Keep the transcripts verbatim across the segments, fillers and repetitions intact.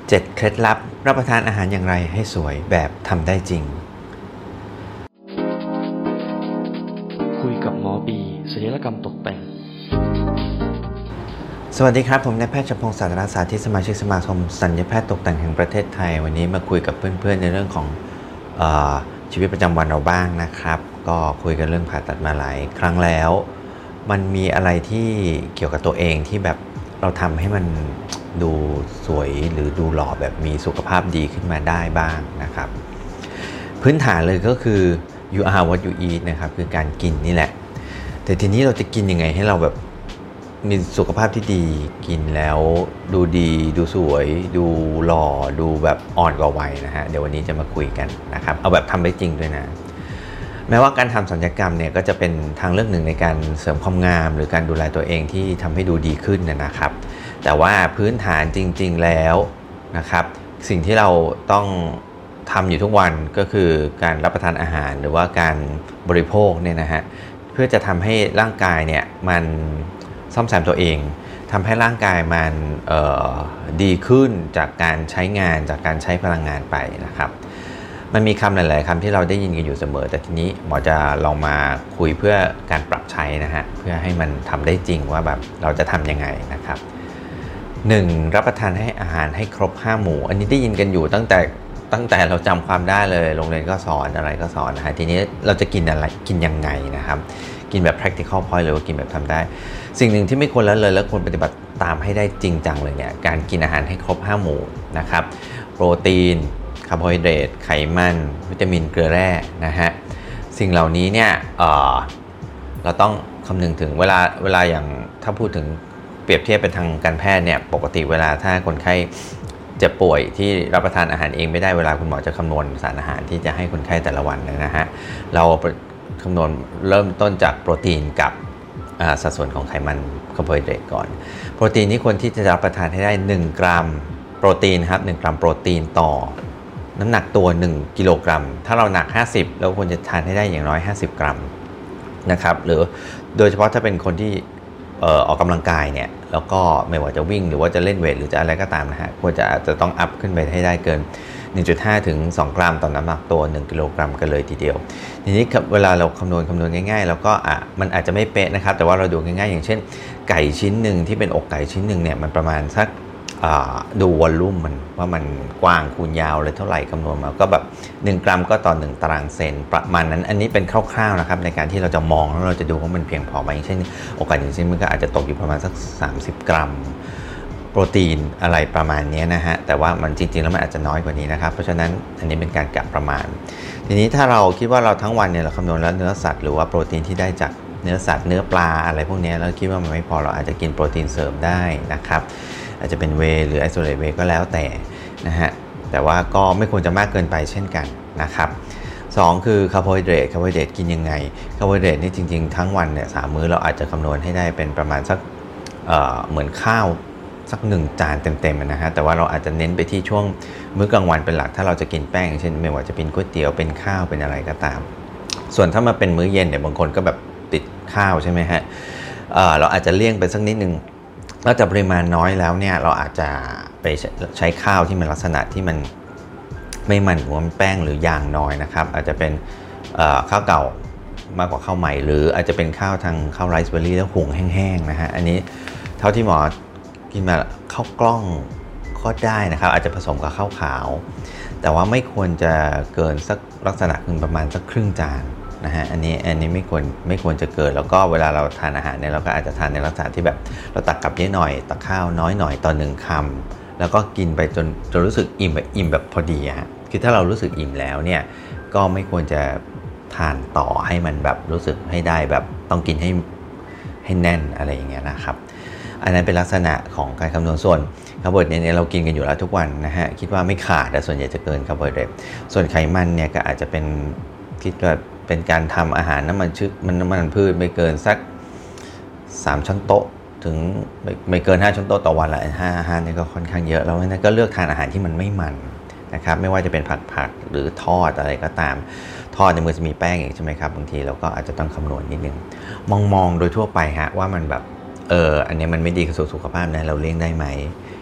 เจ็ดเคล็ดลับรับประทานอาหารอย่างไรให้สวยแบบทำได้จริงคุยกับหมอบีศัลยกรรมตกแต่งสวัสดีครับผมนายแพทย์ชพงศ์ สาธารณสาธิตสมาชิกสมาคมศัลยแพทย์ตกแต่งแห่งประเทศไทยวันนี้มาคุยกับเพื่อนๆในเรื่องของเอ่อชีวิตประจำวันเราบ้างนะครับก็คุยกันเรื่องผ่าตัดมาหลายครั้งแล้วมันมีอะไรที่เกี่ยวกับตัวเองที่แบบเราทำให้มันดูสวยหรือดูหล่อแบบมีสุขภาพดีขึ้นมาได้บ้างนะครับพื้นฐานเลยก็คือ you are what you eat นะครับคือการกินนี่แหละแต่ทีนี้เราจะกินยังไงให้เราแบบมีสุขภาพที่ดีกินแล้วดูดีดูสวยดูหล่อดูแบบอ่อนกว่าวัยนะฮะเดี๋ยววันนี้จะมาคุยกันนะครับเอาแบบทำได้จริงด้วยนะแม้ว่าการทำศัลยกรรมเนี่ยก็จะเป็นทางเลือกหนึ่งในการเสริมความงามหรือการดูแลตัวเองที่ทำให้ดูดีขึ้นนะครับแต่ว่าพื้นฐานจริงๆแล้วนะครับสิ่งที่เราต้องทำอยู่ทุกวันก็คือการรับประทานอาหารหรือว่าการบริโภคเนี่ยนะฮะเพื่อจะทำให้ร่างกายเนี่ยมันซ่อมแซมตัวเองทำให้ร่างกายมันดีขึ้นจากการใช้งานจากการใช้พลังงานไปนะครับมันมีคำหลายๆคำที่เราได้ยินกันอยู่เสมอแต่ทีนี้หมอจะลองมาคุยเพื่อการปรับใช้นะฮะเพื่อให้มันทำได้จริงว่าแบบเราจะทำยังไงนะครับหนึ่งรับประทานให้อาหารให้ครบห้าหมู่อันนี้ได้ยินกันอยู่ตั้งแต่ตั้งแต่เราจำความได้เลยโรงเรียนก็สอนอะไรก็สอนนะฮะทีนี้เราจะกินอะไรกินยังไงนะครับกินแบบ practical point หรือว่ากินแบบทำได้สิ่งหนึ่งที่ไม่ควรละเลยและควรปฏิบัติตามให้ได้จริงจังเลยเนี่ยการกินอาหารให้ครบห้าหมู่นะครับโปรตีนคาร์โบไฮเดรตไขมันวิตามินเกลือแร่นะฮะสิ่งเหล่านี้เนี่ย เอ่อ เราต้องคำนึงถึงเวลาเวลาอย่างถ้าพูดถึงเปรียบเทียบเป็นทางการแพทย์เนี่ยปกติเวลาถ้าคนไข้เจ็บป่วยที่รับประทานอาหารเองไม่ได้เวลาคุณหมอจะคำนวณสารอาหารที่จะให้คนไข้แต่ละวันนะฮะเราคำนวณเริ่มต้นจากโปรตีนกับสัดส่วนของไขมันคาร์โบไฮเดรตก่อนโปรตีนที่ควรที่จะรับประทานให้ได้หนึ่งกรัมโปรตีนครับหนึ่งกรัมโปรตีนต่อน้ำหนักตัวหนึ่งกิโลกรัมถ้าเราหนักห้าสิบเราควรจะทานให้ได้อย่างน้อยห้าสิบกรัมนะครับหรือโดยเฉพาะถ้าเป็นคนที่เอ่อออกกำลังกายเนี่ยแล้วก็ไม่ว่าจะวิ่งหรือว่าจะเล่นเวทหรือจะอะไรก็ตามนะฮะควรจะอาจจะต้องอัพขึ้นไปให้ได้เกิน หนึ่งจุดห้า ถึงสองกรัมต่อน้ำหนักตัวหนึ่งกิโลกรัมกันเลยทีเดียวทีนี้เวลาเราคำนวณคำนวณง่ายๆแล้วก็อ่ะมันอาจจะไม่เป๊ะนะครับแต่ว่าเราดูง่ายๆอย่างเช่นไก่ชิ้นหนึ่งที่เป็นอกไก่ชิ้นหนึ่งเนี่ยมันประมาณสักดูวอลลุ่มมันว่ามันกว้างคูณยาวเลยเท่าไหร่คำนวณมาก็แบบหนึ่งกรัมก็ต่อหนึ่งตารางเซนประมาณนั้นอันนี้เป็นคร่าวๆนะครับในการที่เราจะมองแล้วเราจะดูว่ามันเพียงพอไหมอย่างเช่นอกไก่หนึ่งชิ้นมันก็อาจจะตกอยู่ประมาณสักสามสิบกรัมโปรตีนอะไรประมาณนี้นะฮะแต่ว่ามันจริงๆแล้วมันอาจจะน้อยกว่านี้นะครับเพราะฉะนั้นอันนี้เป็นการกะประมาณทีนี้ถ้าเราคิดว่าเราทั้งวันเนี่ยเราคำนวณแล้วเนื้อสัตว์หรือว่าโปรตีนที่ได้จากเนื้อสัตว์เนื้อปลาอะไรพวกนี้แล้วคิดว่ามันไม่พอเราอาจจะกินโปรตีนเสริมได้นะครับอาจจะเป็นเวย์หรือไอโซเลตเวย์ก็แล้วแต่นะฮะแต่ว่าก็ไม่ควรจะมากเกินไปเช่นกันนะครับสองคือคาร์โบไฮเดรตคาร์โบไฮเดรตกินยังไงคาร์โบไฮเดรตนี่จริงๆทั้งวันเนี่ยสามมื้อเราอาจจะคำนวณให้ได้เป็นประมาณสัก เอ่อ เหมือนข้าวสักหนึ่งจานเต็มๆนะฮะแต่ว่าเราอาจจะเน้นไปที่ช่วงมื้อกลางวันเป็นหลักถ้าเราจะกินแป้งเช่นไม่ว่าจะเป็นก๋วยเตี๋ยวเป็นข้าวเป็นอะไรก็ตามส่วนถ้ามาเป็นมื้อเย็นเนี่ยบางคนก็แบบติดข้าวใช่ไหมฮะ เอ่อ เราอาจจะเลี่ยงไปสักนิดนึงนอกจากปริมาณน้อยแล้วเนี่ยเราอาจจะไปใช้ข้าวที่มันลักษณะที่มันไม่มันหัวแป้งหรือยางน้อยนะครับอาจจะเป็นข้าวเก่ามากกว่าข้าวใหม่หรืออาจจะเป็นข้าวทางข้าวไรซ์เบอร์รี่แล้วหุงแห้งๆนะฮะอันนี้เท่าที่หมอกินมาข้าวกล้องก็ได้นะครับอาจจะผสมกับข้าวขาวแต่ว่าไม่ควรจะเกินสักลักษณะคือประมาณสักครึ่งจานนะฮะอันนี้อันนี้ไม่ควรไม่ควรจะเกินแล้วก็เวลาเราทานอาหารเนี่ยเราก็อาจจะทานในลักษณะที่แบบเราตักกับเยอะหน่อยตักข้าวน้อยหน่อยต่อหนึ่งคำแล้วก็กินไปจนจนรู้สึกอิ่มแบบอิ่มแบบพอดีฮะคือถ้าเรารู้สึกอิ่มแล้วเนี่ยก็ไม่ควรจะทานต่อให้มันแบบรู้สึกให้ได้แบบต้องกินให้ให้แน่นอะไรอย่างเงี้ยนะครับอันนั้นเป็นลักษณะของการคำนวณส่วนคาร์โบไฮเดรตเนี่ยเรากินกันอยู่แล้วทุกวันนะฮะคิดว่าไม่ขาดแต่ส่วนใหญ่จะเกินคาร์โบไฮเดรตส่วนไขมันเนี่ยก็อาจจะเป็นคิดว่าเป็นการทำอาหารน้ำมันชืดมันน้ำมันพืชไม่เกินสักสามช้อนโต๊ะถึงไม่ไม่เกินห้าช้อนโต๊ะต่อวันละห้าห้านี่ก็ค่อนข้างเยอะแล้วนั้นก็เลือกทานอาหารที่มันไม่มันนะครับไม่ว่าจะเป็นผักผักหรือทอดอะไรก็ตามทอดในมือจะมีแป้งอย่างใช่ไหมครับบางทีเราก็อาจจะต้องคำนวณนิดนึงมองๆโดยทั่วไปฮะว่ามันแบบเอออันนี้มันไม่ดีกับสุขภาพนะเราเลี่ยงได้ไหม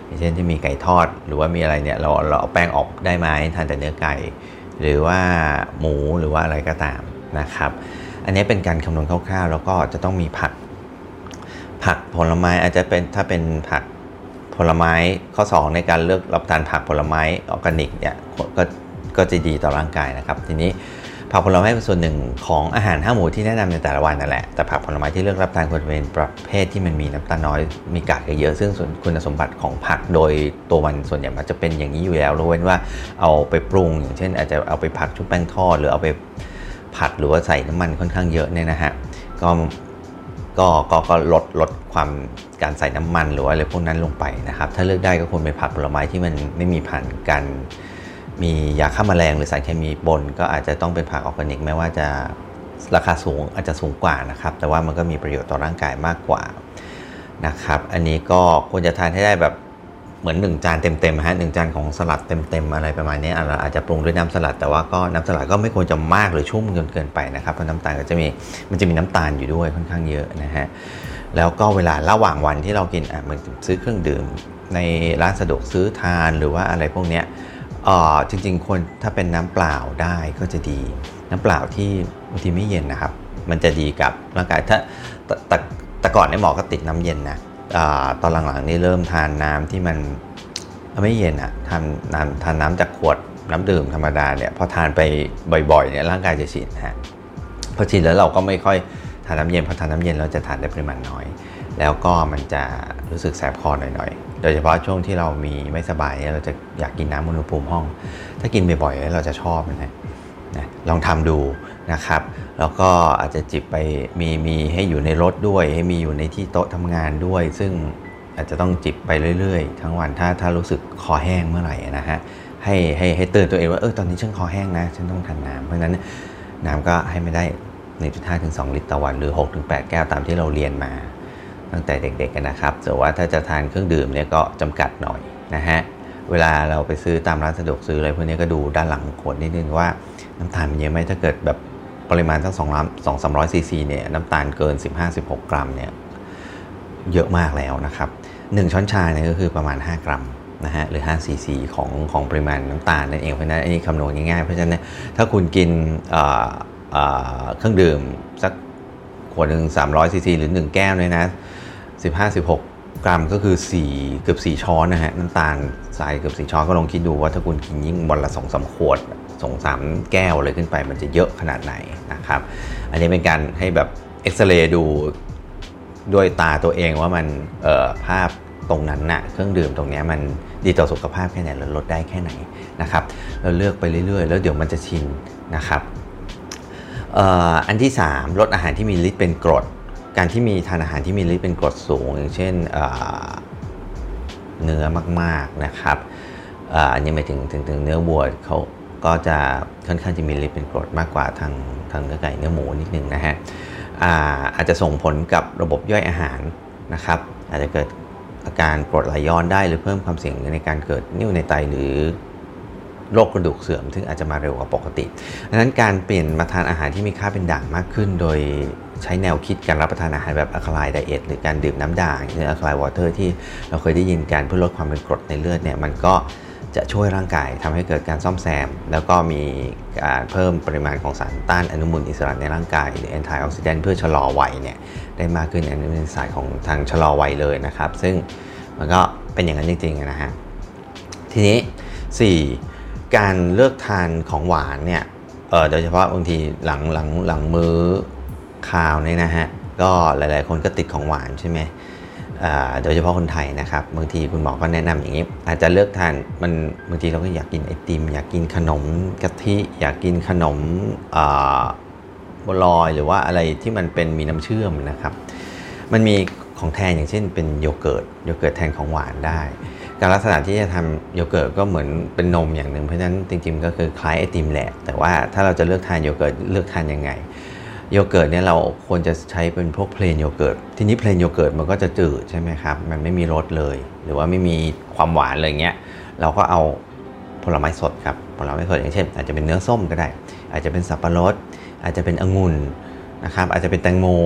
อย่างเช่นที่มีไก่ทอดหรือว่ามีอะไรเนี่ยเราเราเอาแป้งออกได้ไหมทานแต่เนื้อไก่หรือว่าหมูหรือว่าอะไรก็ตามนะครับอันนี้เป็นการคำนวณคร่าวๆแล้วก็จะต้องมีผักผักผลไม้อาจจะเป็นถ้าเป็นผักผลไม้ข้อสองในการเลือกรับประทานผักผลไม้ออร์แกนิกเนี่ยก็ก็จะดีต่อร่างกายนะครับทีนี้ผักผลไม้เป็นส่วนหนึ่งของอาหารห้าหมู่ที่แนะนำในแต่ละวันนั่นแหละแต่ผักผลไม้ที่เลือกรับประทานควรจะเป็นประเภทที่มันมีน้ำตาลน้อยมีกากเยอะซึ่งส่วนคุณสมบัติของผักโดยตัวมันส่วนใหญ่มันจะเป็นอย่างนี้อยู่แล้วยกเว้นว่าเอาไปปรุงอย่างเช่นอาจจะเอาไปผัดชุบแป้งทอดหรือเอาไปผัดหรือว่าใส่น้ำมันค่อนข้างเยอะเนี่ยนะฮะก็ก็ก็ก็ลดลดความการใส่น้ำมันหรือว่าอะไรพวกนั้นลงไปนะครับถ้าเลือกได้ก็ควรเป็นผักผลไม้ที่มันไม่มีผ่านการมียาฆ่าแมลงหรือสารเคมีปนก็อาจจะต้องเป็นผักออร์แกนิกแม้ว่าจะราคาสูงอาจจะสูงกว่านะครับแต่ว่ามันก็มีประโยชน์ต่อร่างกายมากกว่านะครับอันนี้ก็ควรจะทานให้ได้แบบเหมือนหนึ่งจานเต็มๆฮะหนึ่งจานของสลัดเต็มๆอะไรประมาณนี้เราอาจจะปรุงด้วยน้ำสลัดแต่ว่าก็น้ำสลัดก็ไม่ควรจะมากหรือชุ่มจนเกินไปนะครับเพราะน้ำตาลก็จะมีมันจะมีน้ำตาลอยู่ด้วยค่อนข้างเยอะนะฮะแล้วก็เวลาระหว่างวันที่เรากินอ่ะมันซื้อเครื่องดื่มในร้านสะดวกซื้อทานหรือว่าอะไรพวกเนี้ยเอ่อจริงๆควรถ้าเป็นน้ำเปล่าได้ก็จะดีน้ำเปล่าที่บางทีไม่เย็นนะครับมันจะดีกับร่างกายถ้าแต่แต่ก่อนเนี่ยหมอก็ติดน้ำเย็นนะตอนหลังๆนี่เริ่มทานน้ำที่มันไม่เย็นอะทานน้ำทานน้ำจากขวดน้ำดื่มธรรมดาเนี่ยพอทานไปบ่อยๆเนี่ยร่างกายจะชินฮะพอชินแล้วเราก็ไม่ค่อยทานน้ำเย็นพอทานน้ำเย็นเราจะทานได้ปริมาณน้อยแล้วก็มันจะรู้สึกแสบคอหน่อยๆโดยเฉพาะช่วงที่เรามีไม่สบายเราจะอยากกินน้ำอุณหภูมิห้องถ้ากินบ่อยๆเราจะชอบนะนะลองทำดูนะครับแล้วก็อาจจะจิบไปมีมีให้อยู่ในรถด้วยให้มีอยู่ในที่โต๊ะทำงานด้วยซึ่งอาจจะต้องจิบไปเรื่อยๆทั้งวันถ้าถ้ารู้สึกคอแห้งเมื่อไหร่นะฮะให้ให้ให้เตือนตัวเองว่าเออตอนนี้ฉันคอแห้งนะฉันต้องทานน้ำเพราะฉะนั้นน้ำก็ให้ไม่ได้ หนึ่งจุดห้า ถึง สอง ลิตรต่อวันหรือ หก ถึง แปด แก้วตามที่เราเรียนมาตั้งแต่เด็กๆกันนะครับแต่ว่าถ้าจะทานเครื่องดื่มเนี่ยก็จำกัดหน่อยนะฮะเวลาเราไปซื้อตามร้านสะดวกซื้ออะไรพวกนี้ก็ดูด้านหลังขวดนิดนึงว่าน้ำตาลมันเยอะไหมถ้าเกิดแบบปริมาณทั้งสองล้านสองสามร้อยซีซีเนี่ยน้ำตาลเกิน สิบห้าถึงสิบหก กรัมเนี่ยเยอะมากแล้วนะครับหนึ่งช้อนชาเนี่ยก็คือประมาณห้ากรัมนะฮะหรือห้าซีซีของของปริมาณน้ำตาลนั่นเองเพราะฉะนั้นอันนี้คำนวณง่ายๆเพราะฉะนั้นถ้าคุณกินเครื่องดื่มสักขวดหนึ่งสามร้อยซีซีหรือหนึ่งแก้วเนี่ยนะสิบห้า สิบหกกรัมก็คือสี่เกือบสี่ช้อนนะฮะน้ำตาลทรายเกือบสี่ช้อนก็ลองคิดดูว่าถ้าคุณกินยิ่งวันละ สองถึงสาม ขวดสองสามแก้วเลยขึ้นไปมันจะเยอะขนาดไหนนะครับอันนี้เป็นการให้แบบเอ็กซเรย์ดูด้วยตาตัวเองว่ามันเอ่อภาพตรงนั้นน่ะเครื่องดื่มตรงนี้มันดีต่อสุขภาพแค่ไหนหรือลดได้แค่ไหนนะครับเราเลือกไปเรื่อยๆแล้วเดี๋ยวมันจะชินนะครับเอ่ออันที่สามลดอาหารที่มีฤทธิ์เป็นกรดการที่มีทานอาหารที่มีฤทธิ์เป็นกรดสูงอย่างเช่นเอ่อเนื้อมากๆนะครับอันนี้หมายถึงถึงถึงเนื้อวัวเขาก็จะค่อนข้างจะมีฤทธิ์เป็นกรดมากกว่าทางทางเนื้อไก่เนื้อหมูนิดนึงนะฮะ อาอาจจะส่งผลกับระบบย่อยอาหารนะครับอาจจะเกิดอาการกรดไหลย้อนได้หรือเพิ่มความเสี่ยงในการเกิดนิ่วในไตหรือโรคกระดูกเสื่อมซึ่งอาจจะมาเร็วกว่าปกติดังนั้นการเปลี่ยนมาทานอาหารที่มีค่าเป็นด่างมากขึ้นโดยใช้แนวคิดการรับประทานอาหารแบบอะคาไลน์ไดเอทหรือการดื่มน้ำด่างหรืออะคาไลน์วอเตอร์ที่เราเคยได้ยินกันเพื่อลดความเป็นกรดในเลือดเนี่ยมันก็จะช่วยร่างกายทำให้เกิดการซ่อมแซมแล้วก็มีการเพิ่มปริมาณของสารต้านอนุมูลอิสระในร่างกายหรือแอนตี้ออกซิแดนต์เพื่อชะลอวัยเนี่ยได้มากขึ้นอันนี้เป็นสายของทางชะลอวัยเลยนะครับซึ่งมันก็เป็นอย่างนั้นจริงๆนะฮะทีนี้สี่การเลือกทานของหวานเนี่ยเออโดยเฉพาะบางทีหลังหลังหลังมื้อข้าวเนี่ยนะฮะก็หลายๆคนก็ติดของหวานใช่ไหมโดยเฉพาะคนไทยนะครับบางทีคุณหมอก็แนะนำอย่างนี้อาจจะเลือกทานมันบางทีเราก็อยากกินไอติมอยากกินขนมกะทิอยากกินขนมบัวลอยหรือว่าอะไรที่มันเป็นมีน้ำเชื่อมนะครับมันมีของแทนอย่างเช่นเป็นโยเกิร์ตโยเกิร์ตแทนของหวานได้การลักษณะที่จะทำโยเกิร์ตก็เหมือนเป็นนมอย่างหนึ่งเพราะฉะนั้นจริงๆก็คือคล้ายไอติมแหละแต่ว่าถ้าเราจะเลือกทานโยเกิร์ตเลือกทานยังไงโยเกิร์ตเนี่ยเราควรจะใช้เป็นพวกเพลนโยเกิร์ตทีนี้เพลนโยเกิร์ตมันก็จะจืดใช่ไหมครับมันไม่มีรสเลยหรือว่าไม่มีความหวานอะไรเงี้ยเราก็เอาผลไม้สดครับผลไม้สดอย่างเช่นอาจจะเป็นเนื้อส้มก็ได้อาจจะเป็นสับปะรดอาจจะเป็นองุ่นนะครับอาจจะเป็นแตงโม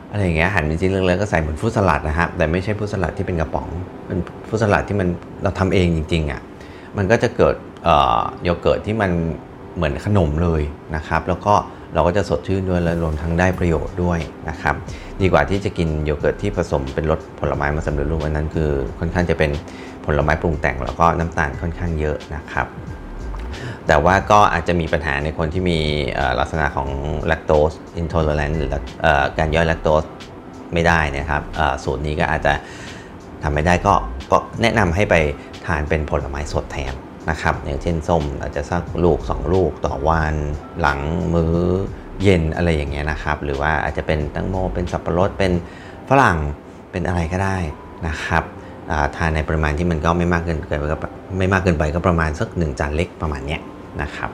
อะไรอย่างเงี้ยหั่นเป็นชิ้นเล็กๆก็ใส่เหมือนฟรุตสลัดนะฮะแต่ไม่ใช่ฟรุตสลัดที่เป็นกระป๋องเป็นฟรุตสลัดที่มันเราทำเองจริงๆอ่ะมันก็จะเกิดโยเกิร์ตที่มันเหมือนขนมเลยนะครับแล้วก็เราก็จะสดชื่นด้วยและรวมทั้งได้ประโยชน์ด้วยนะครับดีกว่าที่จะกินโยเกิร์ตที่ผสมเป็นรสผลไม้มาสำเร็จรูปอันนั้นคือค่อนข้างจะเป็นผลไม้ปรุงแต่งแล้วก็น้ำตาลค่อนข้างเยอะนะครับแต่ว่าก็อาจจะมีปัญหาในคนที่มีลักษณะของ lactose intolerant หรือการย่อย lactose ไม่ได้นะครับสูตรนี้ก็อาจจะทำไม่ได้ก็ก็แนะนำให้ไปทานเป็นผลไม้สดแทนนะครับอย่างเช่นส้มอาจจะสักลูกสองลูกต่อวันหลังมื้อเย็นอะไรอย่างเงี้ยนะครับหรือว่าอาจจะเป็นแตงโมเป็นสับปะรดเป็นฝรั่งเป็นอะไรก็ได้นะครับทานในปริมาณที่มันก็ไม่มากเกินไปก็ไม่มากเกินไปก็ประมาณสักหนึ่งจานเล็กประมาณเนี้ยนะครับ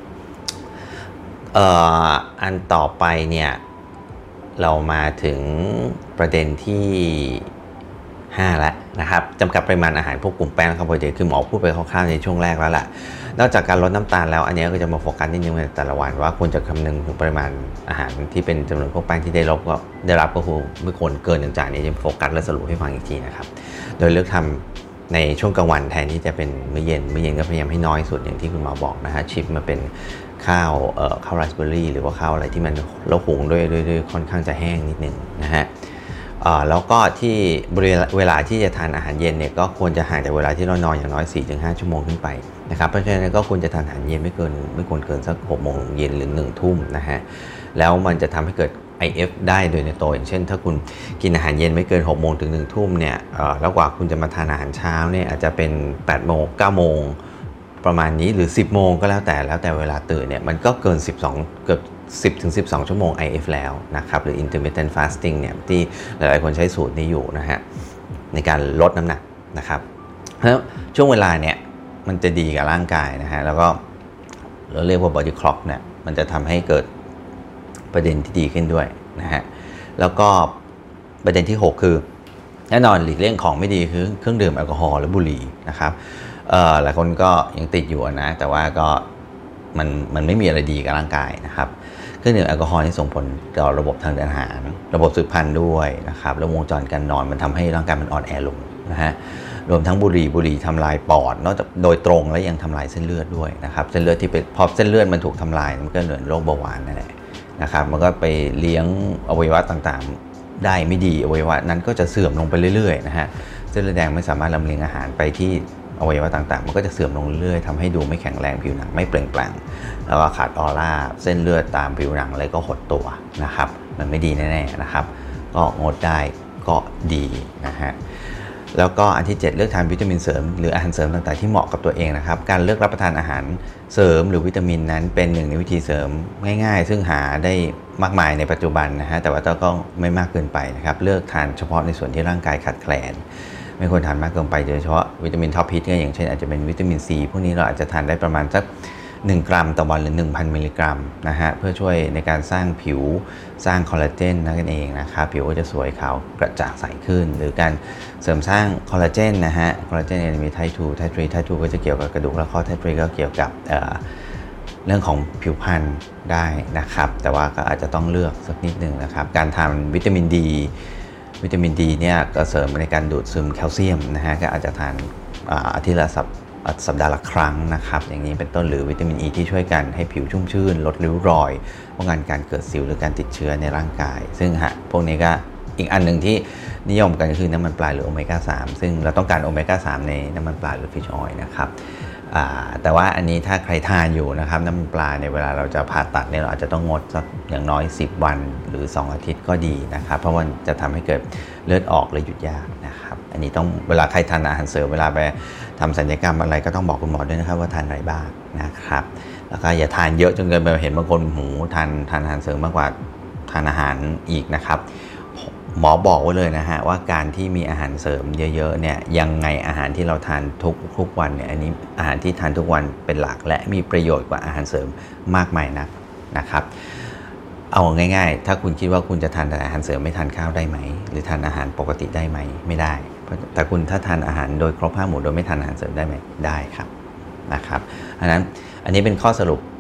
อ่ออันต่อไปเนี่ยเรามาถึงประเด็นที่ห้าแล้วนะครับจำกัดปริมาณอาหารพวกกลุ่มแป้งและคาร์โบไฮเดรตคือหมอพูดไปคร่าวๆในช่วงแรกแล้วแหละนอกจากการลดน้ำตาลแล้วอันนี้ก็จะมาโฟกัสนิดนึงในแต่ละวันว่าควรจะคำนึงถึงปริมาณอาหารที่เป็นจำนวนพวกแป้งที่ได้รับก็ได้รับก็คือไม่ควรเกินหนึ่งจานนี้จะโฟกัสและสรุปให้ฟังอีกทีนะครับโดยเลือกทำในช่วงกลางวันแทนที่จะเป็นมื้อเย็นมื้อเย็นก็พยายามให้น้อยสุดอย่างที่คุณหมอบอกนะฮะชิปมาเป็นข้าวเอ่อข้าวไรซ์เบอร์รี่หรือว่าข้าวอะไรที่มันเราหุงด้วยด้วยค่อนข้างจะแห้งนิดนึงนะฮะแล้วก็ที่เวลาที่จะทานอาหารเย็นเนี่ยก็ควรจะห่างจากเวลาที่เรานอนอย่างน้อย สี่ถึงห้า ชั่วโมงขึ้นไปนะครับเพราะฉะนั้นก็ควรจะทานอาหารเย็นไม่เกินไม่ควรเกินสักหกโมงเย็นหรือหนึ่งทุ่มนะฮะแล้วมันจะทำให้เกิด ไอ เอฟ ได้โดยในตัวอย่างเช่นถ้าคุณกินอาหารเย็นไม่เกินหกโมงถึงหนึ่งทุ่มเนี่ยแล้วกว่าคุณจะมาทานอาหารเช้าเนี่ยอาจจะเป็นแปดโมงเก้าโมงประมาณนี้หรือสิบโมงก็แล้วแต่แล้วแต่เวลาตื่นเนี่ยมันก็เกินสิบสองเกือบสิบถึงสิบสองชั่วโมง ไอ เอฟ แล้วนะครับหรือ intermittent fasting เนี่ยที่หลายๆคนใช้สูตรนี้อยู่นะฮะในการลดน้ำหนักนะครับเพราะช่วงเวลาเนี่ยมันจะดีกับร่างกายนะฮะแล้วก็เราเรียกว่า body clock เนี่ยมันจะทำให้เกิดประเด็นที่ดีขึ้นด้วยนะฮะแล้วก็ประเด็นที่หกคือแน่นอนหลีกเลี่ยงของไม่ดีคือเครื่องดื่มแอลกอฮอล์และบุหรี่นะครับหลายคนก็ยังติดอยู่นะแต่ว่าก็มันมันไม่มีอะไรดีกับร่างกายนะครับเครื่องดื่มแอลกอฮอล์นี่ส่งผลต่อระบบทางเดินอาหารระบบสืบพันธุ์ด้วยนะครับแล้ววงจรการนอนมันทำให้ร่างกายมันอ่อนแอลงนะฮะรวมทั้งบุหรี่บุหรี่ทำลายปอดนอกจากโดยตรงและยังทำลายเส้นเลือดด้วยนะครับเส้นเลือดที่เป็นพอเส้นเลือดมันถูกทำลายมันก็เหมือนโรคเบาหวานนั่นแหละนะครับมันก็ไปเลี้ยงอวัยวะต่างๆได้ไม่ดีอวัยวะนั้นก็จะเสื่อมลงไปเรื่อยๆนะฮะเส้นเลือดแดงไม่สามารถลำเลียงอาหารไปที่อวัยวะต่างๆมันก็จะเสื่อมลงเรื่อยๆทำให้ดูไม่แข็งแรงผิวหนังไม่เปล่งปลั่งแล้วก็ขาดออร่าเส้นเลือดตามผิวหนังอะไรก็หดตัวนะครับมันไม่ดีแน่ๆนะครับก็งดได้ก็ดีนะฮะแล้วก็อันที่เจ็ดเลือกทานวิตามินเสริมหรืออาหารเสริมต่างๆที่เหมาะกับตัวเองนะครับการเลือกรับประทานอาหารเสริมหรือวิตามินนั้นเป็นหนึ่งในวิธีเสริมง่ายๆซึ่งหาได้มากมายในปัจจุบันนะฮะแต่ว่าก็ไม่มากเกินไปนะครับเลือกทานเฉพาะในส่วนที่ร่างกายขาดแคลนไม่ควรทานมากเกินไปโดยเฉพาะวิตามินท็อปฮิตก็อย่างเช่นอาจจะเป็นวิตามินซีพวกนี้เราอาจจะทานได้ประมาณสักหนึ่งกรัมต่อวันหรือ หนึ่งพัน มิลลิกรัมนะฮะเพื่อช่วยในการสร้างผิวสร้างคอลลาเจนนั่นเองนะครับผิวก็จะสวยขาวกระจ่างใสขึ้นหรือการเสริมสร้างคอลลาเจนนะฮะคอลลาเจนมีไทป์ทูไทป์ทรีไทป์ทูก็จะเกี่ยวกับกระดูกและข้อไทป์ทรีก็เกี่ยวกับเอ่อเรื่องของผิวพรรณได้นะครับแต่ว่าก็อาจจะต้องเลือกสักนิดนึงนะครับการทานวิตามินดีวิตามินดีเนี่ยก็เสริมในการดูดซึมแคลเซียมนะฮะก็อาจจะทานอาทิตย์ละสัปสัปดาห์ละครั้งนะครับอย่างนี้เป็นต้นหรือวิตามินอ e ีที่ช่วยกันให้ผิวชุ่มชื่นลดริ้วรอยป้องกันการเกิดสิวหรือการติดเชื้อในร่างกายซึ่งฮะพวกนี้ก็อีกอันหนึ่งที่นิยมกันก็คือน้ำมันปลาหรือโอเมก้าสามซึ่งเราต้องการโอเมก้าสามในน้ำมันปลาหรือฟิชออยล์นะครับแต่ว่าอันนี้ถ้าใครทานอยู่นะครับน้ำมันปลาในเวลาเราจะผ่าตัดเนี่ยเราอาจจะต้องงดสักอย่างน้อยสิบวันหรือสองอาทิตย์ก็ดีนะครับเพราะมันจะทำให้เกิดเลือดออกและหยุดยากนะครับอันนี้ต้องเวลาใครทานอาหารเสริมเวลาไปทำศัลยกรรมอะไรก็ต้องบอกคุณหมอด้วยนะครับว่าทานอะไรบ้างนะครับแล้วก็อย่าทานเยอะจนเกินไปเห็นบางคนหูทานทานอาหารเสริมมากกว่าทานอาหารอีกนะครับหมอบอกไว้เลยนะฮะว่าการที่มีอาหารเสริมเยอะๆเนี่ยยังไงอาหารที่เราทานทุกทุกวันเนี่ยอันนี้อาหารที่ทานทุกวันเป็นหลักและมีประโยชน์กว่าอาหารเสริมมากมายนักนะครับเอาง่ายๆถ้าคุณคิดว่าคุณจะทานแต่อาหารเสริมไม่ทานข้าวได้ไหมหรือทานอาหารปกติได้ไหมไม่ได้แต่คุณถ้าทานอาหารโดยครบห้าหมู่โดยไม่ทานอาหารเสริมได้ไหมได้ครับนะครับอันนั้นอันนี้เป็นข้อสรุป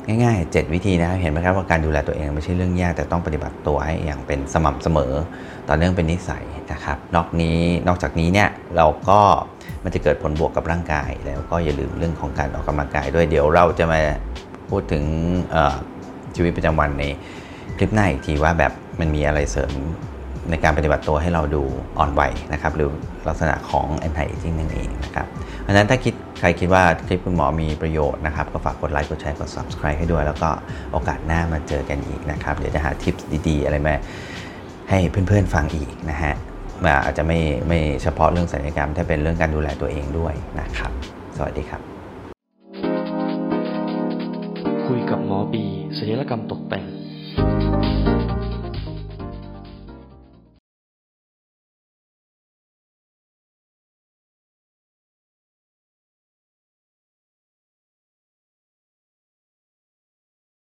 ง่ายๆเจ็ดวิธีนะครับเห็นไหมครับว่าการดูแลตัวเองไม่ใช่เรื่องยากแต่ต้องปฏิบัติตัวให้อย่างเป็นสม่ำเสมอต่อเนื่องเป็นนิสัยนะครับนอกนี้นอกจากนี้เนี่ยเราก็มันจะเกิดผลบวกกับร่างกายแล้วก็อย่าลืมเรื่องของการออกกำลังกายด้วยเดี๋ยวเราจะมาพูดถึงชีวิตประจำวันในคลิปหน้าอีกทีว่าแบบมันมีอะไรเสริมในการปฏิบัติตัวให้เราดูอ่อนไหวนะครับหรือลักษณะของ anti aging นั่นเองนะครับเพราะฉะนั้นถ้าคิดใครคิดว่าคลิปคุณหมอมีประโยชน์นะครับก็ฝากกดไลค์กดแชร์กด ซับสไครบ์ ให้ด้วยแล้วก็โอกาสหน้ามาเจอกันอีกนะครับเดี๋ยวจะหาทิปดีๆอะไรมาให้เพื่อนๆฟังอีกนะฮะมาอาจจะไม่ไม่เฉพาะเรื่องศัลยกรรมถ้าเป็นเรื่องการดูแลตัวเองด้วยนะครับสวัสดีครับคุยกับหมอบีศัลยกรรมตกแต่ง